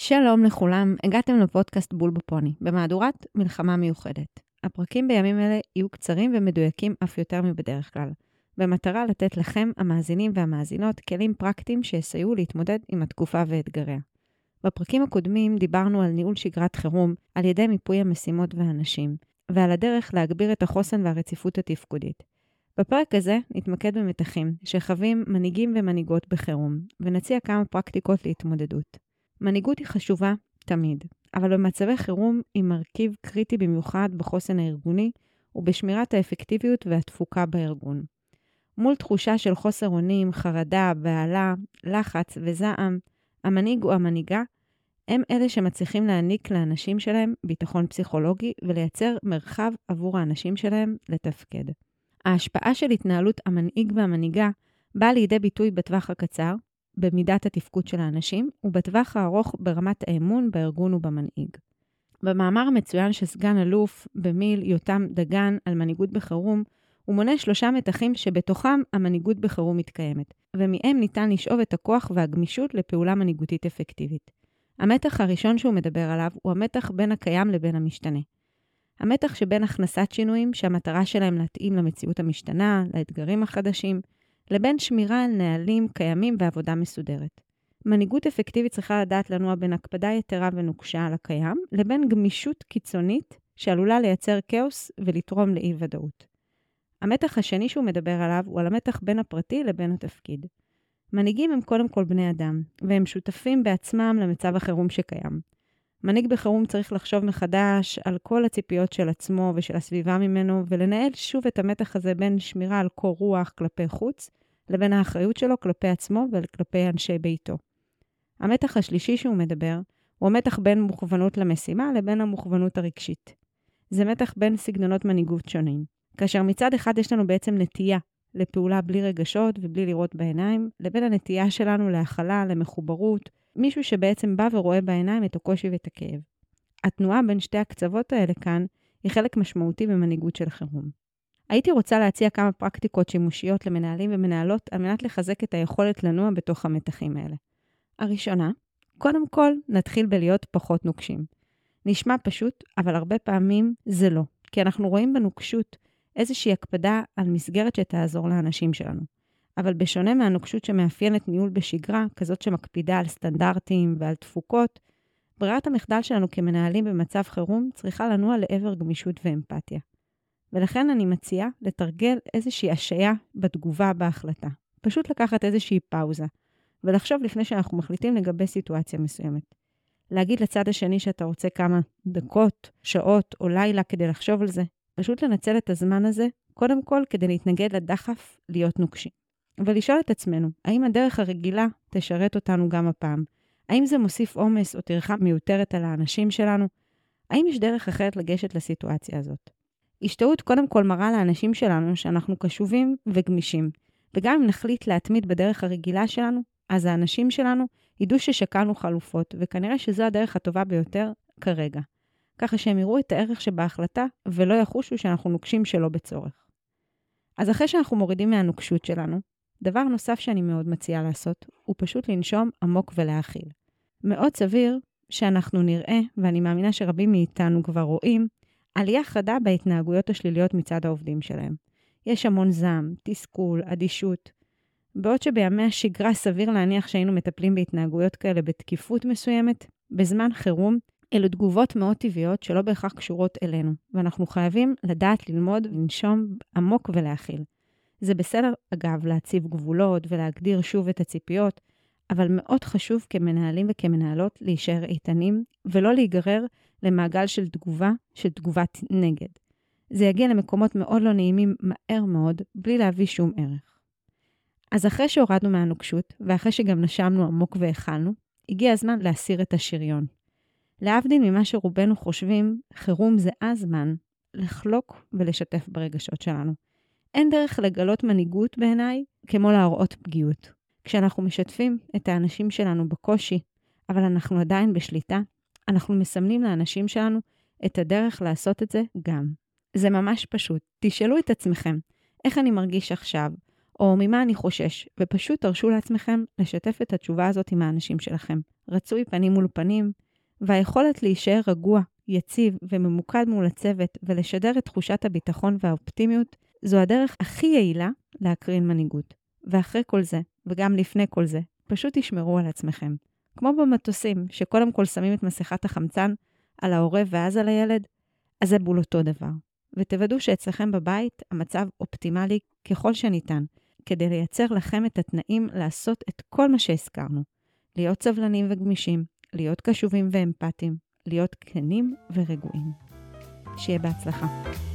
שלום לכולם, הגעתם לפודקאסט בול בפוני, במהדורת מלחמה מיוחדת. הפרקים בימים אלה יהיו קצרים ומדויקים אף יותר מבדרך כלל, במטרה לתת לכם, המאזינים והמאזינות, כלים פרקטיים שיסייעו להתמודד עם התקופה ואתגריה. בפרקים הקודמים דיברנו על ניהול שגרת חירום על ידי מיפוי המשימות והאנשים, ועל הדרך להגביר את החוסן והרציפות התפקודית. בפרק הזה נתמקד במתחים שחווים מנהיגים ומנהיגות בחירום, ונציע כמה פרקטיקות להתמודדות. מנהיגות היא חשובה תמיד, אבל במצבי חירום היא מרכיב קריטי במיוחד בחוסן הארגוני ובשמירת האפקטיביות והתפוקה בארגון. מול תחושה של חוסר אונים, חרדה, בהלה, לחץ וזעם, המנהיג או המנהיגה הם אלה שמצליחים להעניק לאנשים שלהם ביטחון פסיכולוגי ולייצר מרחב עבור האנשים שלהם לתפקד. ההשפעה של התנהלות המנהיג והמנהיגה באה לידי ביטוי בטווח הקצר, במידת התפקוד של האנשים, ובטווח הארוך ברמת האמון בארגון ובמנהיג. במאמר המצוין של סגן אלוף במיל יותם דגן על מנהיגות בחירום, הוא מונה 3 מתחים שבתוכם המנהיגות בחירום מתקיימת, ומהם ניתן לשאוב את הכוח והגמישות לפעולה מנהיגותית אפקטיבית. המתח הראשון שהוא מדבר עליו הוא המתח בין הקיים לבין המשתנה. המתח שבין הכנסת שינויים שהמטרה שלהם להתאים למציאות המשתנה, לאתגרים החדשים, לבין שמירה על נהלים קיימים ועבודה מסודרת. מנהיגות אפקטיבית צריכה לדעת לנוע בין הקפדה יתרה ונוקשה על הקיים, לבין גמישות קיצונית שעלולה לייצר כאוס ולתרום לאי ודאות. המתח השני שהוא מדבר עליו הוא על המתח בין הפרטי לבין התפקיד. מנהיגים הם קודם כל בני אדם, והם שותפים בעצמם למצב החירום שקיים. מנהיג בחירום צריך לחשוב מחדש על כל הציפיות של עצמו ושל הסביבה ממנו, ולנהל שוב את המתח הזה בין שמירה על קור רוח כלפי חוץ, לבין האחריות שלו כלפי עצמו וכלפי אנשי ביתו. המתח השלישי שהוא מדבר, הוא המתח בין מוכוונות למשימה לבין המוכוונות הרגשית. זה מתח בין סגנונות מנהיגות שונים. כאשר מצד אחד יש לנו בעצם נטייה לפעולה בלי רגשות ובלי לראות בעיניים, לבין הנטייה שלנו להכלה, למחוברות, מישהו שבעצם בא ורואה בעיניים את הקושי ואת הכאב. התנועה בין שתי הקצוות האלה כאן היא חלק משמעותי במנהיגות של חירום. הייתי רוצה להציע כמה פרקטיקות שימושיות למנהלים ומנהלות על מנת לחזק את היכולת לנוע בתוך המתחים האלה. הראשונה, קודם כל נתחיל בלהיות פחות נוקשים. נשמע פשוט, אבל הרבה פעמים זה לא, כי אנחנו רואים בנוקשות איזושהי הקפדה על מסגרת שתעזור לאנשים שלנו. אבל בשונה מהנוקשות שמאפיינת ניהול בשגרה, כזאת שמקפידה על סטנדרטים ועל תפוקות, ברירת המחדל שלנו כמנהלים במצב חירום צריכה לנוע לעבר גמישות ואמפתיה. ולכן אני מציעה לתרגל איזושהי השעיה בתגובה בהחלטה. פשוט לקחת איזושהי פאוזה, ולחשוב לפני שאנחנו מחליטים לגבי סיטואציה מסוימת. להגיד לצד השני שאתה רוצה כמה דקות, שעות או לילה כדי לחשוב על זה. פשוט לנצל את הזמן הזה, קודם כל כדי להתנגד לדחף להיות נוקשים. ולשאול את עצמנו, האם הדרך הרגילה תשרת אותנו גם הפעם? האם זה מוסיף עומס או טרחה מיותרת על האנשים שלנו? האם יש דרך אחרת לגשת לסיטואציה הזאת? השתאות קודם כל מראה לאנשים שלנו שאנחנו קשובים וגמישים. וגם אם נחליט להתמיד בדרך הרגילה שלנו, אז האנשים שלנו ידעו ששקלנו חלופות, וכנראה שזו הדרך הטובה ביותר כרגע. ככה שהם יראו את הערך שבהחלטה ולא יחושו שאנחנו נוקשים שלא בצורך. אז אחרי שאנחנו מורידים מהנוקשות שלנו, דבר נוסף שאני מאוד מציעה לעשות, הוא פשוט לנשום עמוק ולהכיל. מאוד סביר שאנחנו נראה, ואני מאמינה שרבים מאיתנו כבר רואים, עלייה חדה בהתנהגויות השליליות מצד העובדים שלהם. יש המון זעם, תסכול, אדישות. בעוד שבימי השגרה סביר להניח שהיינו מטפלים בהתנהגויות כאלה בתקיפות מסוימת, בזמן חירום, אלו תגובות מאוד טבעיות שלא בהכרח קשורות אלינו, ואנחנו חייבים לדעת ללמוד, לנשום עמוק ולהכיל. זה בסדר, אגב, להציב גבולות ולהגדיר שוב את הציפיות, אבל מאוד חשוב כמנהלים וכמנהלות להישאר איתנים, ולא להיגרר למעגל של תגובת נגד. זה יגיע למקומות מאוד לא נעימים מהר מאוד, בלי להביא שום ערך. אז אחרי שהורדנו מהנוקשות, ואחרי שגם נשמנו עמוק והכלנו, הגיע הזמן להסיר את השריון. להבדיל ממה שרובנו חושבים, חירום זה הזמן לחלוק ולשתף ברגשות שלנו. אין דרך לגלות מנהיגות בעיניי כמו להראות פגיעות. כשאנחנו משתפים את האנשים שלנו בקושי, אבל אנחנו עדיין בשליטה, אנחנו מסמנים לאנשים שלנו את הדרך לעשות את זה גם. זה ממש פשוט. תשאלו את עצמכם, איך אני מרגיש עכשיו? או ממה אני חושש, ופשוט תרשו לעצמכם לשתף את התשובה הזאת עם האנשים שלכם. רצוי פנים מול פנים, והיכולת להישאר רגוע, יציב וממוקד מול הצוות ולשדר את תחושת הביטחון והאופטימיות, זו הדרך הכי יעילה להקרין מנהיגות. ואחרי כל זה, וגם לפני כל זה, פשוט תשמרו על עצמכם. כמו במטוסים, שקודם כל שמים את מסכת החמצן על ההורה ואז על הילד, אז זה בול אותו דבר. ותוודאו שאצלכם בבית המצב אופטימלי ככל שניתן, כדי לייצר לכם את התנאים לעשות את כל מה שהזכרנו. להיות סבלנים וגמישים, להיות קשובים ואמפתיים, להיות כנים ורגועים. שיהיה בהצלחה.